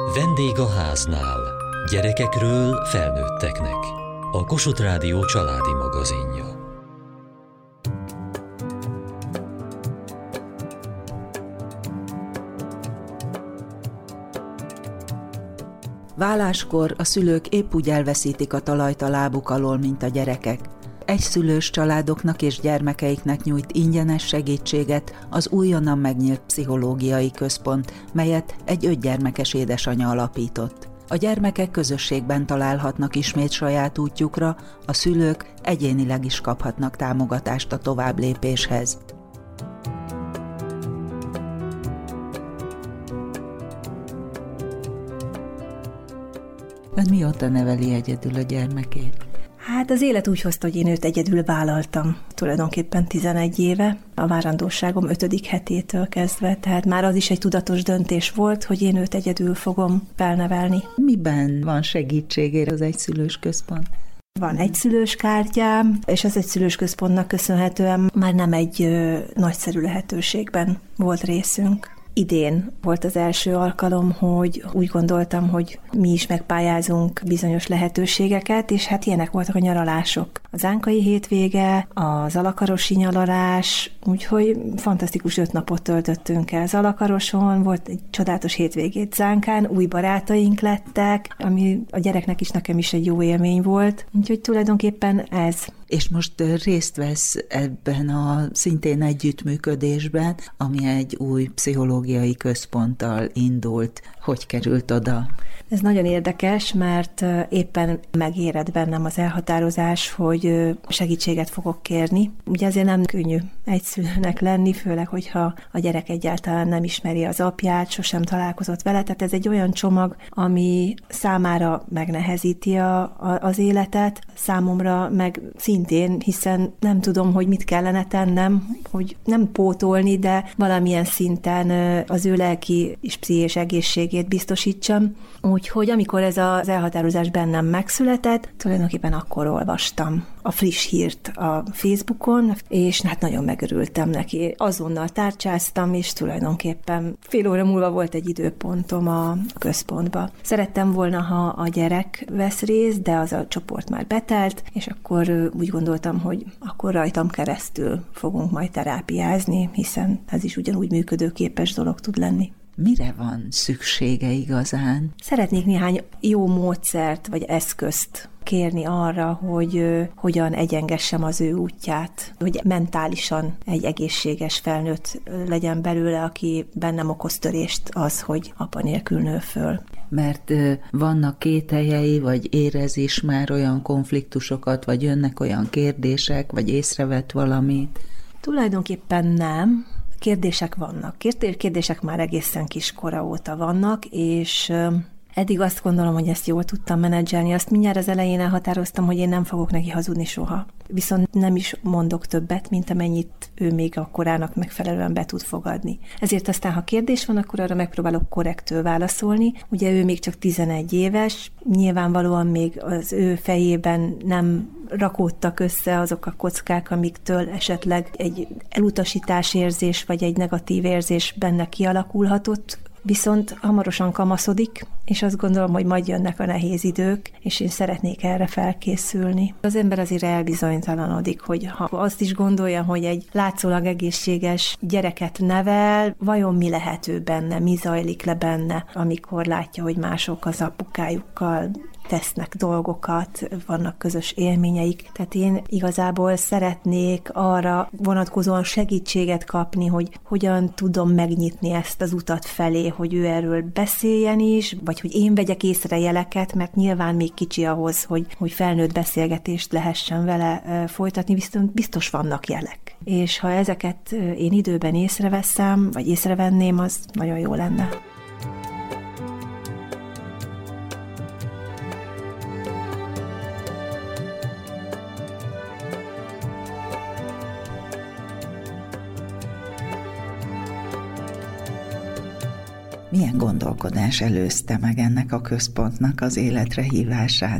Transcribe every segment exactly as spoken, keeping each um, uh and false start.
Vendég a háznál. Gyerekekről felnőtteknek. A Kossuth Rádió családi magazinja. Váláskor a szülők épp úgy elveszítik a talajt a lábuk alól, mint a gyerekek. Egyszülős családoknak és gyermekeiknek nyújt ingyenes segítséget az újonnan megnyílt pszichológiai központ, melyet egy ötgyermekes édesanya alapított. A gyermekek közösségben találhatnak ismét saját útjukra, a szülők egyénileg is kaphatnak támogatást a továbblépéshez. Ön mióta neveli egyedül a gyermekét? Hát az élet úgy hozta, hogy én őt egyedül vállaltam. Tulajdonképpen tizenegy éve, a várandóságom ötödik hetétől kezdve, tehát már az is egy tudatos döntés volt, hogy én őt egyedül fogom felnevelni. Miben van segítségére az egyszülős központ? Van egyszülős kártyám, és az egyszülős központnak köszönhetően már nem egy ö, nagyszerű lehetőségben volt részünk. Idén volt az első alkalom, hogy úgy gondoltam, hogy mi is megpályázunk bizonyos lehetőségeket, és hát ilyenek voltak a nyaralások. Az Zánkai hétvége, a Zalakarosi nyaralás, úgyhogy fantasztikus öt napot töltöttünk el Zalakaroson, volt egy csodálatos hétvégét Zánkán, új barátaink lettek, ami a gyereknek is, nekem is egy jó élmény volt, úgyhogy tulajdonképpen ez. És most részt vesz ebben a szintén együttműködésben, ami egy új pszichológiai központtal indult. Hogy került oda? Ez nagyon érdekes, mert éppen megérett bennem az elhatározás, hogy segítséget fogok kérni. Ugye azért nem könnyű egyszülőnek lenni, főleg, hogyha a gyerek egyáltalán nem ismeri az apját, sosem találkozott vele, tehát ez egy olyan csomag, ami számára megnehezíti a, a, az életet, számomra meg szintén, hiszen nem tudom, hogy mit kellene tennem, hogy nem pótolni, de valamilyen szinten az ő lelki és pszichés egészségét biztosítsam. Úgyhogy amikor ez az elhatározás bennem megszületett, tulajdonképpen akkor olvastam a friss hírt a Facebookon, és hát nagyon megörültem neki. Azonnal tárcsáztam, és tulajdonképpen fél óra múlva volt egy időpontom a központba. Szerettem volna, ha a gyerek vesz részt, de az a csoport már betelt, és akkor úgy gondoltam, hogy akkor rajtam keresztül fogunk majd terápiázni, hiszen ez is ugyanúgy működőképes dolog tud lenni. Mire van szüksége igazán? Szeretnék néhány jó módszert vagy eszközt kérni arra, hogy hogyan egyengessem az ő útját, hogy mentálisan egy egészséges felnőtt legyen belőle, aki bennem okoz törést az, hogy apa nélkül nő föl. Mert vannak kételjei, vagy érez is már olyan konfliktusokat, vagy jönnek olyan kérdések, vagy észrevett valamit? Tulajdonképpen nem. Kérdések vannak. Kérdések már egészen kiskora óta vannak, és eddig azt gondolom, hogy ezt jól tudtam menedzselni. Azt mindjárt az elején elhatároztam, hogy én nem fogok neki hazudni soha. Viszont nem is mondok többet, mint amennyit ő még a korának megfelelően be tud fogadni. Ezért aztán, ha kérdés van, akkor arra megpróbálok korrektül válaszolni. Ugye ő még csak tizenegy éves, nyilvánvalóan még az ő fejében nem rakódtak össze azok a kockák, amiktől esetleg egy elutasítás érzés, vagy egy negatív érzés benne kialakulhatott, viszont hamarosan kamaszodik, és azt gondolom, hogy majd jönnek a nehéz idők, és én szeretnék erre felkészülni. Az ember azért elbizonytalanodik, hogy ha azt is gondolja, hogy egy látszólag egészséges gyereket nevel, vajon mi lehető benne, mi zajlik le benne, amikor látja, hogy mások az apukájukkal tesznek dolgokat, vannak közös élményeik. Tehát én igazából szeretnék arra vonatkozóan segítséget kapni, hogy hogyan tudom megnyitni ezt az utat felé, hogy ő erről beszéljen is, vagy hogy én vegyek észre jeleket, mert nyilván még kicsi ahhoz, hogy, hogy felnőtt beszélgetést lehessen vele folytatni, viszont biztos vannak jelek. És ha ezeket én időben észreveszem, vagy észrevenném, az nagyon jó lenne. Milyen gondolkodás előzte meg ennek a központnak az életre hívását?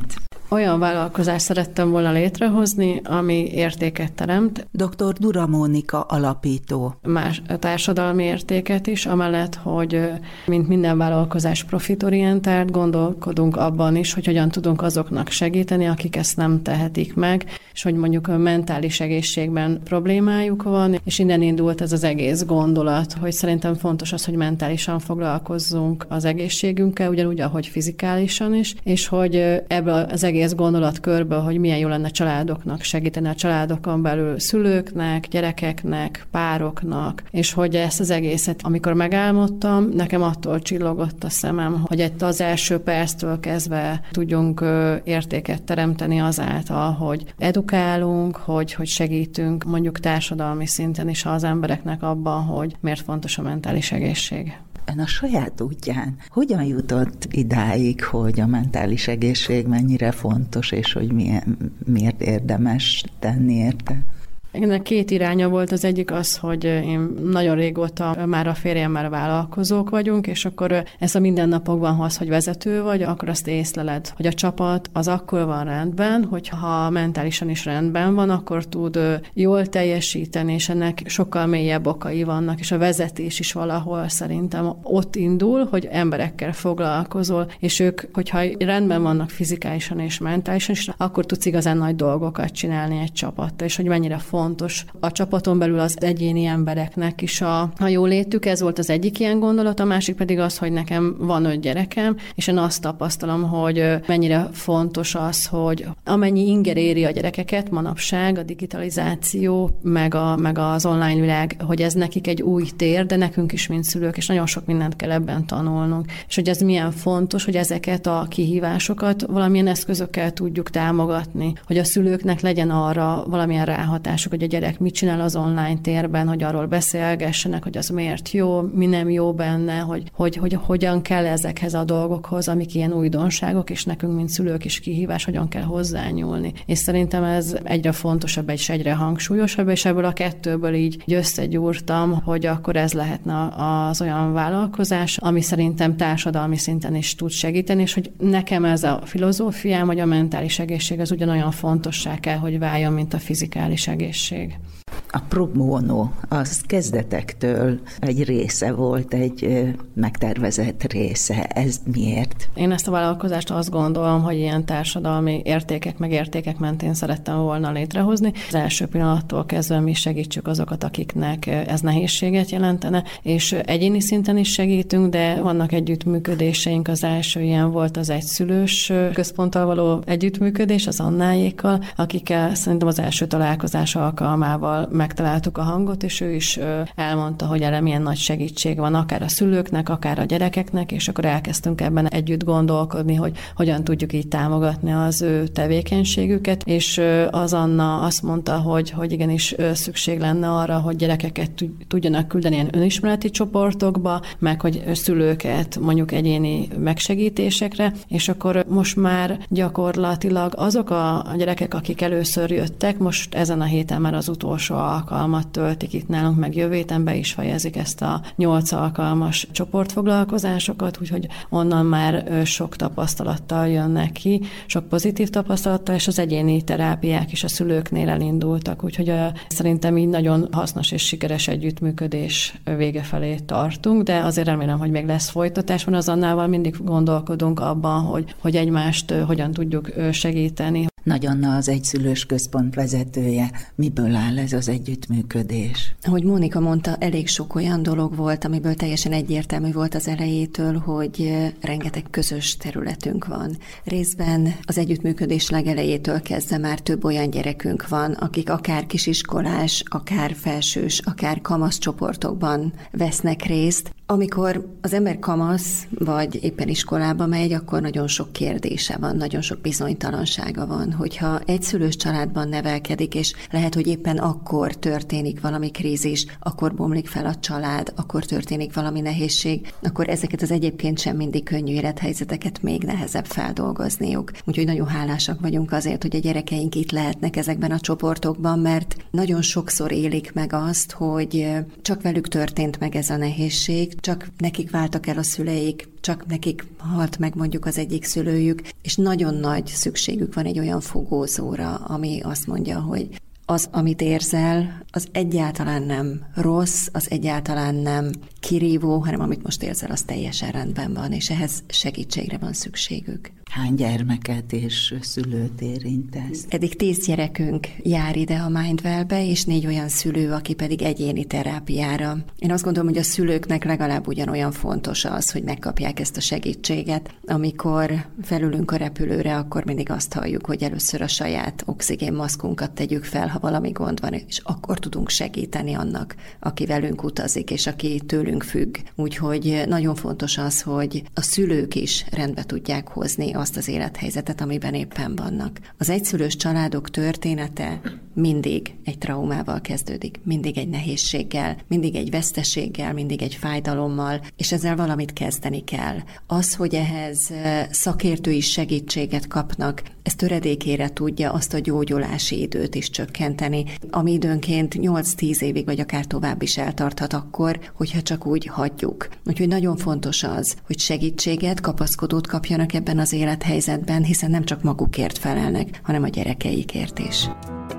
Olyan vállalkozást szerettem volna létrehozni, ami értéket teremt. doktor Dura Mónika alapító. Más társadalmi értéket is, amellett, hogy mint minden vállalkozás profitorientált, gondolkodunk abban is, hogy hogyan tudunk azoknak segíteni, akik ezt nem tehetik meg, és hogy mondjuk a mentális egészségben problémájuk van, és innen indult ez az egész gondolat, hogy szerintem fontos az, hogy mentálisan foglalkozzunk az egészségünkkel, ugyanúgy, ahogy fizikálisan is, és hogy ebből az egész gondolatkörből, hogy milyen jó lenne családoknak segíteni, a családokon belül szülőknek, gyerekeknek, pároknak, és hogy ezt az egészet, amikor megálmodtam, nekem attól csillogott a szemem, hogy egy az első perctől kezdve tudjunk értéket teremteni azáltal, hogy edukálunk, hogy, hogy segítünk mondjuk társadalmi szinten is az embereknek abban, hogy miért fontos a mentális egészség. Ön a saját útján hogyan jutott idáig, hogy a mentális egészség mennyire fontos, és hogy milyen, miért érdemes tenni érte? Ennek két iránya volt, az egyik az, hogy én nagyon régóta már a férjemmel vállalkozók vagyunk, és akkor ez a mindennapokban az, hogy vezető vagy, akkor azt észleled, hogy a csapat az akkor van rendben, hogyha mentálisan is rendben van, akkor tud jól teljesíteni, és ennek sokkal mélyebb okai vannak, és a vezetés is valahol szerintem ott indul, hogy emberekkel foglalkozol, és ők, hogyha rendben vannak fizikálisan és mentálisan is, akkor tudsz igazán nagy dolgokat csinálni egy csapattal, és hogy mennyire fontos a csapaton belül az egyéni embereknek is a, a jólétük. Ez volt az egyik ilyen gondolat, a másik pedig az, hogy nekem van öt gyerekem, és én azt tapasztalom, hogy mennyire fontos az, hogy amennyi inger éri a gyerekeket manapság, a digitalizáció, meg, a, meg az online világ, hogy ez nekik egy új tér, de nekünk is, mint szülők, és nagyon sok mindent kell ebben tanulnunk. És hogy ez milyen fontos, hogy ezeket a kihívásokat valamilyen eszközökkel tudjuk támogatni, hogy a szülőknek legyen arra valamilyen ráhatásuk, hogy a gyerek mit csinál az online térben, hogy arról beszélgessenek, hogy az miért jó, mi nem jó benne, hogy, hogy, hogy hogyan kell ezekhez a dolgokhoz, amik ilyen újdonságok, és nekünk, mint szülők is kihívás, hogyan kell hozzányúlni. És szerintem ez egyre fontosabb, és egyre hangsúlyosabb, és ebből a kettőből így összegyúrtam, hogy akkor ez lehetne az olyan vállalkozás, ami szerintem társadalmi szinten is tud segíteni, és hogy nekem ez a filozófiám, hogy a mentális egészség az ugyanolyan fontossá kell, hogy váljon, mint a fizikális egészség. A pro bono az kezdetektől egy része volt, egy megtervezett része. Ez miért? Én ezt a vállalkozást azt gondolom, hogy ilyen társadalmi értékek, meg értékek mentén szerettem volna létrehozni. Az első pillanattól kezdve mi segítsük azokat, akiknek ez nehézséget jelentene, és egyéni szinten is segítünk, de vannak együttműködéseink. Az első ilyen volt az egyszülős központtal való együttműködés, az Annáékkal, akikkel szerintem az első találkozás alkalmával megtaláltuk a hangot, és ő is elmondta, hogy erre milyen nagy segítség van, akár a szülőknek, akár a gyerekeknek, és akkor elkezdtünk ebben együtt gondolkodni, hogy hogyan tudjuk így támogatni az ő tevékenységüket, és az Anna azt mondta, hogy, hogy igenis szükség lenne arra, hogy gyerekeket tudjanak küldeni ilyen önismereti csoportokba, meg hogy szülőket mondjuk egyéni megsegítésekre, és akkor most már gyakorlatilag azok a gyerekek, akik először jöttek, most ezen a héten már az utolsó alkalmat töltik itt nálunk, meg jövő héten be is fejezik ezt a nyolc alkalmas csoportfoglalkozásokat, úgyhogy onnan már sok tapasztalattal jönnek ki, sok pozitív tapasztalattal, és az egyéni terápiák is a szülőknél elindultak, úgyhogy a, szerintem így nagyon hasznos és sikeres együttműködés vége felé tartunk, de azért remélem, hogy még lesz folytatás. Van az Annával mindig gondolkodunk abban, hogy, hogy egymást hogyan tudjuk segíteni. Nagy Anna az egyszülős központ vezetője. Miből áll ez az együttműködés? Ahogy Mónika mondta, elég sok olyan dolog volt, amiből teljesen egyértelmű volt az elejétől, hogy rengeteg közös területünk van. Részben az együttműködés legelejétől kezdve már több olyan gyerekünk van, akik akár kisiskolás, akár felsős, akár kamasz csoportokban vesznek részt. Amikor az ember kamasz, vagy éppen iskolába megy, akkor nagyon sok kérdése van, nagyon sok bizonytalansága van. Hogyha egyszülős családban nevelkedik, és lehet, hogy éppen akkor történik valami krízis, akkor bomlik fel a család, akkor történik valami nehézség, akkor ezeket az egyébként sem mindig könnyű élethelyzeteket még nehezebb feldolgozniuk. Úgyhogy nagyon hálásak vagyunk azért, hogy a gyerekeink itt lehetnek ezekben a csoportokban, mert nagyon sokszor élik meg azt, hogy csak velük történt meg ez a nehézség, csak nekik váltak el a szüleik, csak nekik halt meg mondjuk az egyik szülőjük, és nagyon nagy szükségük van egy olyan fogózóra, ami azt mondja, hogy az, amit érzel, az egyáltalán nem rossz, az egyáltalán nem kirívó, hanem amit most érzel, az teljesen rendben van, és ehhez segítségre van szükségük. Hány gyermeket és szülőt érint ez? Eddig tíz gyerekünk jár ide a Mindwell-be, és négy olyan szülő, aki pedig egyéni terápiára. Én azt gondolom, hogy a szülőknek legalább ugyanolyan fontos az, hogy megkapják ezt a segítséget. Amikor felülünk a repülőre, akkor mindig azt halljuk, hogy először a saját oxigénmaszkunkat tegyük fel, ha valami gond van, és akkor tudunk segíteni annak, aki velünk utazik, és aki tőlünk függ. Úgyhogy nagyon fontos az, hogy a szülők is rendbe tudják hozni azt az élethelyzetet, amiben éppen vannak. Az egyszülős családok története mindig egy traumával kezdődik, mindig egy nehézséggel, mindig egy veszteséggel, mindig egy fájdalommal, és ezzel valamit kezdeni kell. Az, hogy ehhez szakértői segítséget kapnak, ez töredékére tudja azt a gyógyulási időt is csökkenteni, ami időnként nyolc-tíz évig, vagy akár tovább is eltarthat akkor, hogyha csak úgy hagyjuk. Úgyhogy nagyon fontos az, hogy segítséget, kapaszkodót kapjanak ebben az élethelyzetben, hiszen nem csak magukért felelnek, hanem a gyerekeikért is.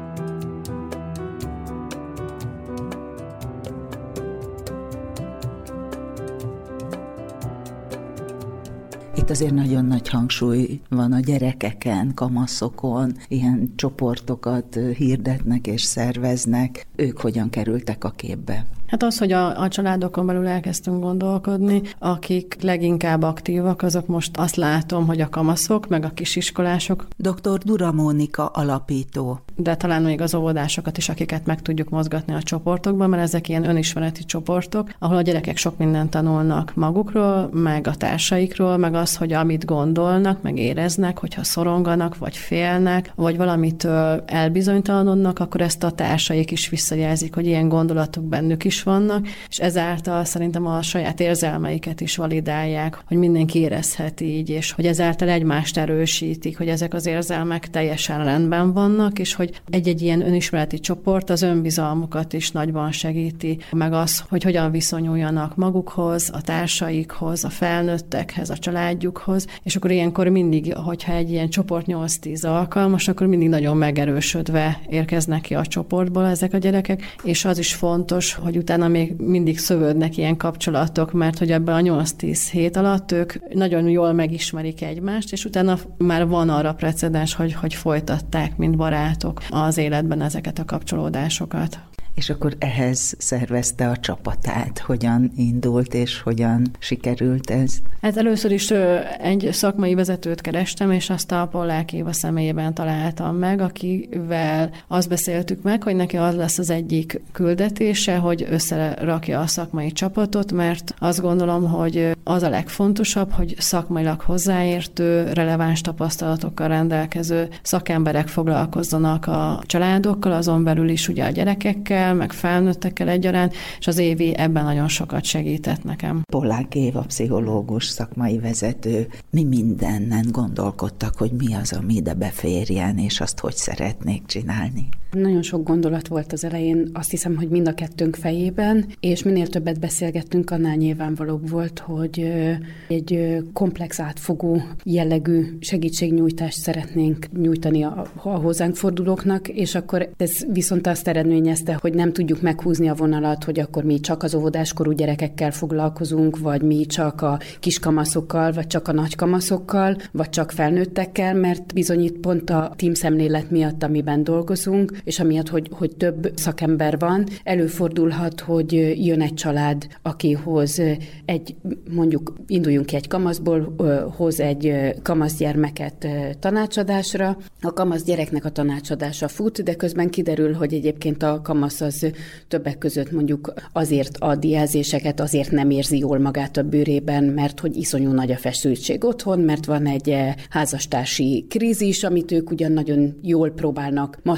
Itt azért nagyon nagy hangsúly van a gyerekeken, kamaszokon, ilyen csoportokat hirdetnek és szerveznek. Ők hogyan kerültek a képbe? Hát az, hogy a, a családokon belül elkezdtünk gondolkodni, akik leginkább aktívak, azok most azt látom, hogy a kamaszok, meg a kisiskolások. doktor Dura Mónika alapító. De talán még az óvodásokat is, akiket meg tudjuk mozgatni a csoportokban, mert ezek ilyen önismereti csoportok, ahol a gyerekek sok mindent tanulnak magukról, meg a társaikról, meg az, hogy amit gondolnak, meg éreznek, hogyha szoronganak, vagy félnek, vagy valamitől elbizonytalanodnak, akkor ezt a társaik is visszajelzik, hogy ilyen gondolatok bennük is vannak, és ezáltal szerintem a saját érzelmeiket is validálják, hogy mindenki érezhet így, és hogy ezáltal egymást erősítik, hogy ezek az érzelmek teljesen rendben vannak, és hogy egy-egy ilyen önismereti csoport az önbizalmukat is nagyban segíti, meg az, hogy hogyan viszonyuljanak magukhoz, a társaikhoz, a felnőttekhez, a családjukhoz, és akkor ilyenkor mindig, hogyha egy ilyen csoport nyolc-tíz alkalmas, akkor mindig nagyon megerősödve érkeznek ki a csoportból ezek a gyerekek, és az is fontos, hogy utána még mindig szövődnek ilyen kapcsolatok, mert hogy ebben a nyolc-tíz hét alatt ők nagyon jól megismerik egymást, és utána már van arra precedens, hogy, hogy folytatták, mint barátok az életben ezeket a kapcsolódásokat. És akkor ehhez szervezte a csapatát. Hogyan indult, és hogyan sikerült ez? Hát először is egy szakmai vezetőt kerestem, és azt a Pollák Éva személyében találtam meg, akivel azt beszéltük meg, hogy neki az lesz az egyik küldetése, hogy összerakja a szakmai csapatot, mert azt gondolom, hogy az a legfontosabb, hogy szakmailag hozzáértő, releváns tapasztalatokkal rendelkező szakemberek foglalkozzanak a családokkal, azon belül is ugye a gyerekekkel, meg felnőttekkel egyaránt, és az Évi ebben nagyon sokat segített nekem. Pollák Éva pszichológus, szakmai vezető. Mi mindennen gondolkodtak, hogy mi az, ami ide beférjen, és azt hogy szeretnék csinálni? Nagyon sok gondolat volt az elején, azt hiszem, hogy mind a kettőnk fejében, és minél többet beszélgettünk, annál nyilvánvalóbb volt, hogy egy komplex átfogó jellegű segítségnyújtást szeretnénk nyújtani a, a hozzánk fordulóknak, és akkor ez viszont azt eredményezte, hogy nem tudjuk meghúzni a vonalat, hogy akkor mi csak az óvodáskorú gyerekekkel foglalkozunk, vagy mi csak a kiskamaszokkal, vagy csak a nagykamaszokkal, vagy csak felnőttekkel, mert bizonyít pont a teamszemlélet miatt, amiben dolgozunk, és amiatt, hogy, hogy több szakember van, előfordulhat, hogy jön egy család, aki hoz egy, mondjuk induljunk ki egy kamaszból, hoz egy kamaszgyermeket tanácsadásra. A kamaszgyereknek a tanácsadása fut, de közben kiderül, hogy egyébként a kamasz az többek között mondjuk azért ad jelzéseket, azért nem érzi jól magát a bőrében, mert hogy iszonyú nagy a feszültség otthon, mert van egy házastársi krízis, amit ők ugyan nagyon jól próbálnak maszkírozni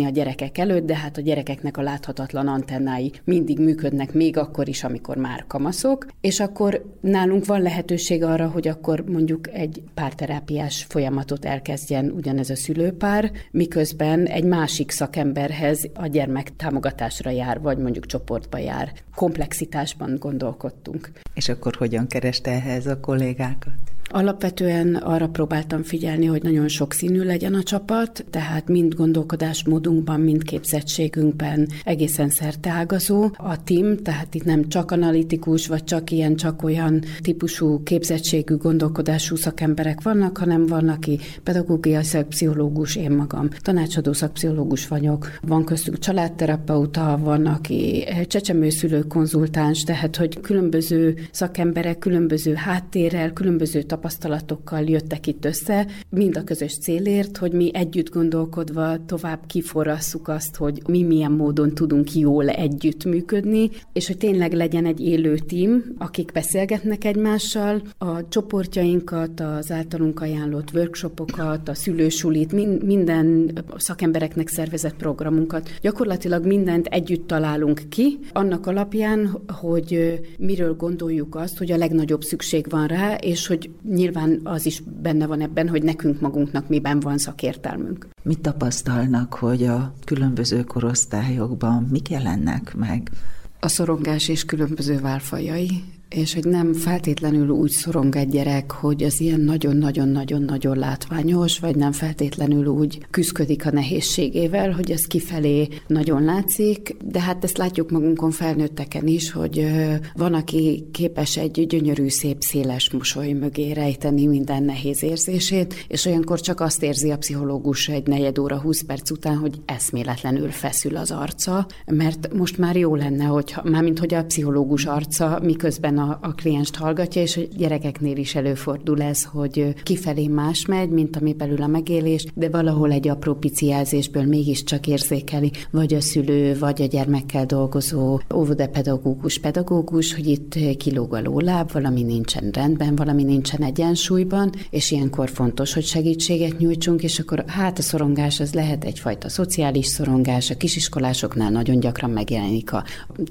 a gyerekek előtt, de hát a gyerekeknek a láthatatlan antennái mindig működnek, még akkor is, amikor már kamaszok, és akkor nálunk van lehetőség arra, hogy akkor mondjuk egy párterápiás folyamatot elkezdjen ugyanez a szülőpár, miközben egy másik szakemberhez a gyermek támogatásra jár, vagy mondjuk csoportba jár. Komplexitásban gondolkodtunk. És akkor hogyan kereste ehhez a kollégákat? Alapvetően arra próbáltam figyelni, hogy nagyon sokszínű legyen a csapat, tehát mind gondolkodásmódunkban, mind képzettségünkben egészen szerteágazó a team, tehát itt nem csak analitikus, vagy csak ilyen, csak olyan típusú képzettségű, gondolkodású szakemberek vannak, hanem van, aki pedagógiai szakpszichológus, én magam tanácsadó szakpszichológus vagyok, van köztünk családterapeuta, van, aki csecsemőszülő konzultáns, tehát hogy különböző szakemberek, különböző háttérrel, különböző tapasztalatokkal jöttek itt össze, mind a közös célért, hogy mi együtt gondolkodva tovább kiforrasszuk azt, hogy mi milyen módon tudunk jól együttműködni, és hogy tényleg legyen egy élő tím, akik beszélgetnek egymással, a csoportjainkat, az általunk ajánlott workshopokat, a szülősulit, minden szakembereknek szervezett programunkat, gyakorlatilag mindent együtt találunk ki, annak alapján, hogy miről gondoljuk azt, hogy a legnagyobb szükség van rá, és hogy nyilván az is benne van ebben, hogy nekünk magunknak miben van szakértelmünk. Mit tapasztalnak, hogy a különböző korosztályokban mik jelennek meg? A szorongás és különböző válfajai, és hogy nem feltétlenül úgy szorong egy gyerek, hogy az ilyen nagyon-nagyon-nagyon-nagyon látványos, vagy nem feltétlenül úgy küszködik a nehézségével, hogy ez kifelé nagyon látszik, de hát ezt látjuk magunkon felnőtteken is, hogy van, aki képes egy gyönyörű, szép, széles mosoly mögé rejteni minden nehéz érzését, és olyankor csak azt érzi a pszichológus egy negyed óra, húsz perc után, hogy eszméletlenül feszül az arca, mert most már jó lenne, hogyha, mármint hogy a pszichológus arca, miközben a, a klienst hallgatja, és a gyerekeknél is előfordul ez, hogy kifelé más megy, mint ami belül a megélés, de valahol egy apró pici jelzésből mégiscsak érzékeli, vagy a szülő, vagy a gyermekkel dolgozó óvodapedagógus, pedagógus, hogy itt kilóg a lóláb, valami nincsen rendben, valami nincsen egyensúlyban, és ilyenkor fontos, hogy segítséget nyújtsunk, és akkor hát a szorongás az lehet egyfajta szociális szorongás, a kisiskolásoknál nagyon gyakran megjelenik a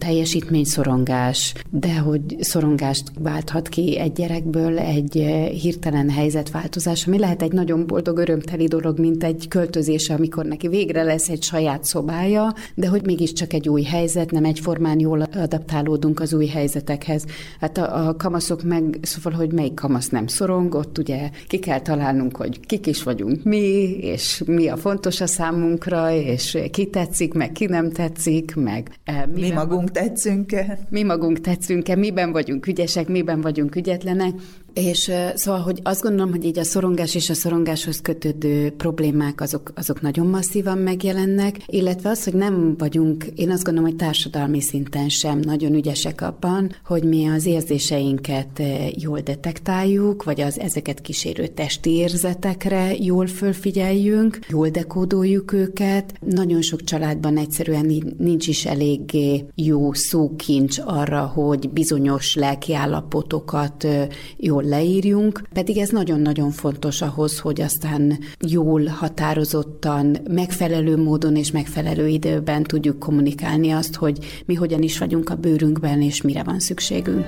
teljesítményszorongás, de hogy szorongást válthat ki egy gyerekből egy hirtelen helyzetváltozás, ami lehet egy nagyon boldog, örömteli dolog, mint egy költözés, amikor neki végre lesz egy saját szobája, de hogy mégiscsak egy új helyzet, nem egyformán jól adaptálódunk az új helyzetekhez. Hát a, a kamaszok meg, szóval, hogy melyik kamasz nem szorong, ott ugye ki kell találnunk, hogy kik is vagyunk mi, és mi a fontos a számunkra, és ki tetszik, meg ki nem tetszik, meg mi, mi magunk tetszünk-e? Mi magunk tetszünk-e, miben vagyunk ügyesek, miben vagyunk ügyetlenek. És szóval, hogy azt gondolom, hogy így a szorongás és a szorongáshoz kötődő problémák azok, azok nagyon masszívan megjelennek, illetve az, hogy nem vagyunk, én azt gondolom, hogy társadalmi szinten sem nagyon ügyesek abban, hogy mi az érzéseinket jól detektáljuk, vagy az ezeket kísérő testi érzetekre jól fölfigyeljünk, jól dekódoljuk őket. Nagyon sok családban egyszerűen nincs is eléggé jó szókincs arra, hogy bizonyos lelkiállapotokat jól leírjunk, pedig ez nagyon-nagyon fontos ahhoz, hogy aztán jól, határozottan, megfelelő módon és megfelelő időben tudjuk kommunikálni azt, hogy mi hogyan is vagyunk a bőrünkben, és mire van szükségünk.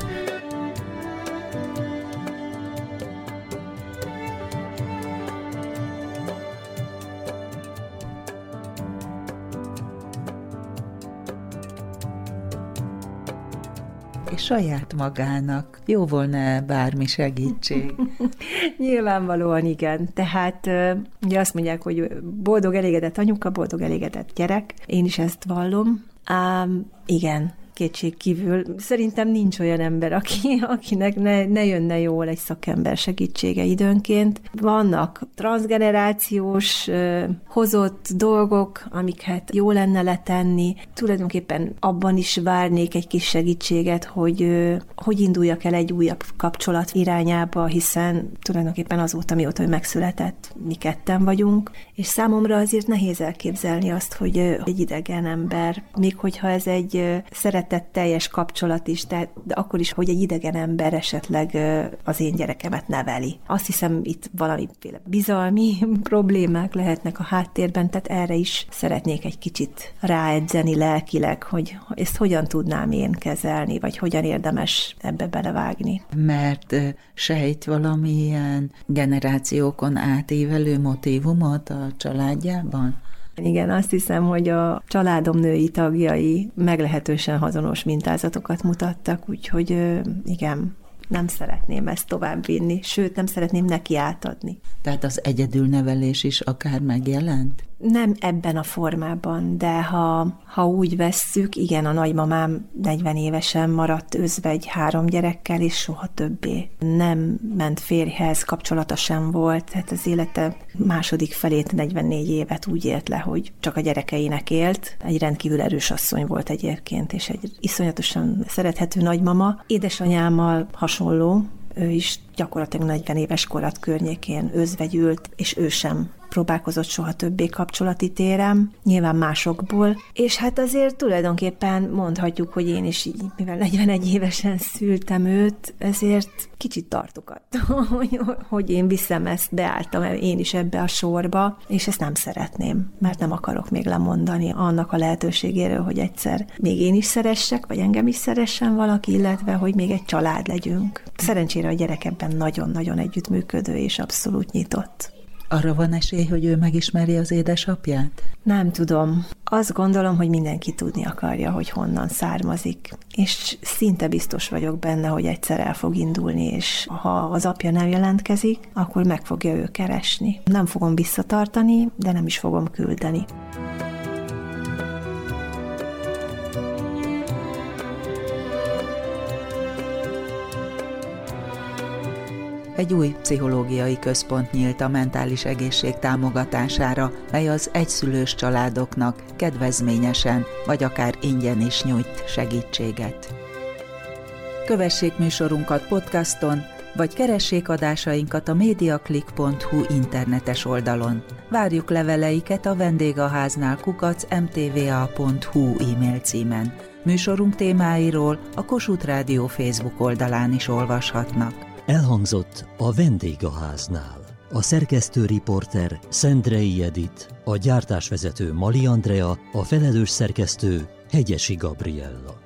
És saját magának jó volna bármi segítség? Nyilvánvalóan igen. Tehát ugye azt mondják, hogy boldog, elégedett anyuka, boldog, elégedett gyerek. Én is ezt vallom. Ám igen, kétség kívül. Szerintem nincs olyan ember, aki, akinek ne, ne jönne jól egy szakember segítsége időnként. Vannak transzgenerációs hozott dolgok, amiket jó lenne letenni. Tulajdonképpen abban is várnék egy kis segítséget, hogy hogy induljak el egy újabb kapcsolat irányába, hiszen tulajdonképpen azóta, mióta ő megszületett, mi ketten vagyunk, és számomra azért nehéz elképzelni azt, hogy egy idegen ember, még hogyha ez egy szeret lehetett teljes kapcsolat is, tehát, de akkor is, hogy egy idegen ember esetleg az én gyerekemet neveli. Azt hiszem, itt valamiféle bizalmi problémák lehetnek a háttérben, tehát erre is szeretnék egy kicsit ráedzeni lelkileg, hogy ezt hogyan tudnám én kezelni, vagy hogyan érdemes ebbe belevágni. Mert sejt valamilyen generációkon átívelő motívumot a családjában? Igen, azt hiszem, hogy a családom női tagjai meglehetősen azonos mintázatokat mutattak, úgyhogy igen, nem szeretném ezt továbbvinni, sőt, nem szeretném neki átadni. Tehát az egyedülnevelés is akár megjelent? Nem ebben a formában, de ha, ha úgy vesszük, igen, a nagymamám negyven évesen maradt özvegy három gyerekkel, és soha többé nem ment férjhez, kapcsolata sem volt, tehát az élete második felét, negyvennégy évet úgy élt le, hogy csak a gyerekeinek élt. Egy rendkívül erős asszony volt egyébként, és egy iszonyatosan szerethető nagymama. Édesanyámmal hasonló, ő is gyakorlatilag negyven éves korat környékén özvegyült, és ő sem próbálkozott soha többé kapcsolati téren, nyilván másokból, és hát azért tulajdonképpen mondhatjuk, hogy én is így, mivel negyvenegy évesen szültem őt, ezért kicsit tartok attól, hogy, hogy én viszem ezt, beálltam én is ebbe a sorba, és ezt nem szeretném, mert nem akarok még lemondani annak a lehetőségéről, hogy egyszer még én is szeressek, vagy engem is szeressen valaki, illetve, hogy még egy család legyünk. Szerencsére a gyerek ebben nagyon-nagyon együttműködő és abszolút nyitott. Arra van esély, hogy ő megismeri az édesapját? Nem tudom. Azt gondolom, hogy mindenki tudni akarja, hogy honnan származik. És szinte biztos vagyok benne, hogy egyszer el fog indulni, és ha az apja nem jelentkezik, akkor meg fogja ő keresni. Nem fogom visszatartani, de nem is fogom küldeni. Egy új pszichológiai központ nyílt a mentális egészség támogatására, mely az egyszülős családoknak kedvezményesen, vagy akár ingyen is nyújt segítséget. Kövessék műsorunkat podcaston, vagy keressék adásainkat a mediaclick pont hu internetes oldalon. Várjuk leveleiket a vendégháznál kukac em té vé á pont hu e-mail címen. Műsorunk témáiról a Kossuth Rádió Facebook oldalán is olvashatnak. Elhangzott a Vendégháznál. A szerkesztő-riporter Szendrei Edit, a gyártásvezető Mali Andrea, a felelős szerkesztő Hegyesi Gabriella.